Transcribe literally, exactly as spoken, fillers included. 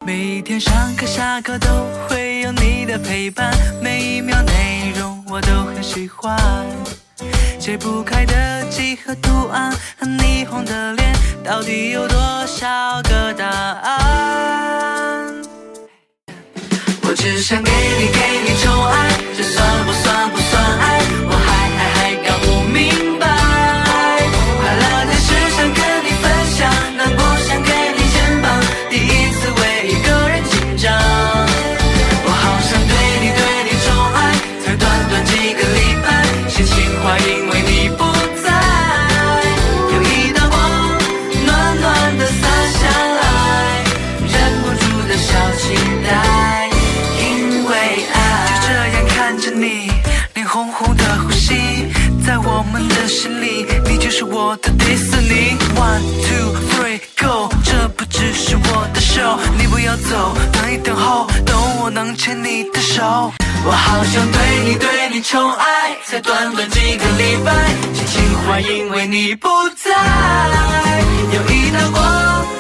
每一天上课下课都会有你的陪伴，每一秒内容我都很喜欢，解不开的几何图案和霓虹的脸，到底有多少个答案？我只想给你给你宠爱，这算不算不算爱？我还还还搞不明白，快乐的事想跟你分享，但不想给你肩膀，第一次为一个人紧张。我好想对你对你宠爱，才短短几个礼拜，写情话因为你不在，有一道光暖暖的洒下来，忍不住的小期待，因为爱。就这样看着你脸红红的呼吸，在我们的心里你就是我的迪士尼。 One two three go， 这不只是我的秀，你不要走，等一等候，等我能牵你的手。我好想对你对你宠爱，才短短几个礼拜，写情话因为你不在，有一道光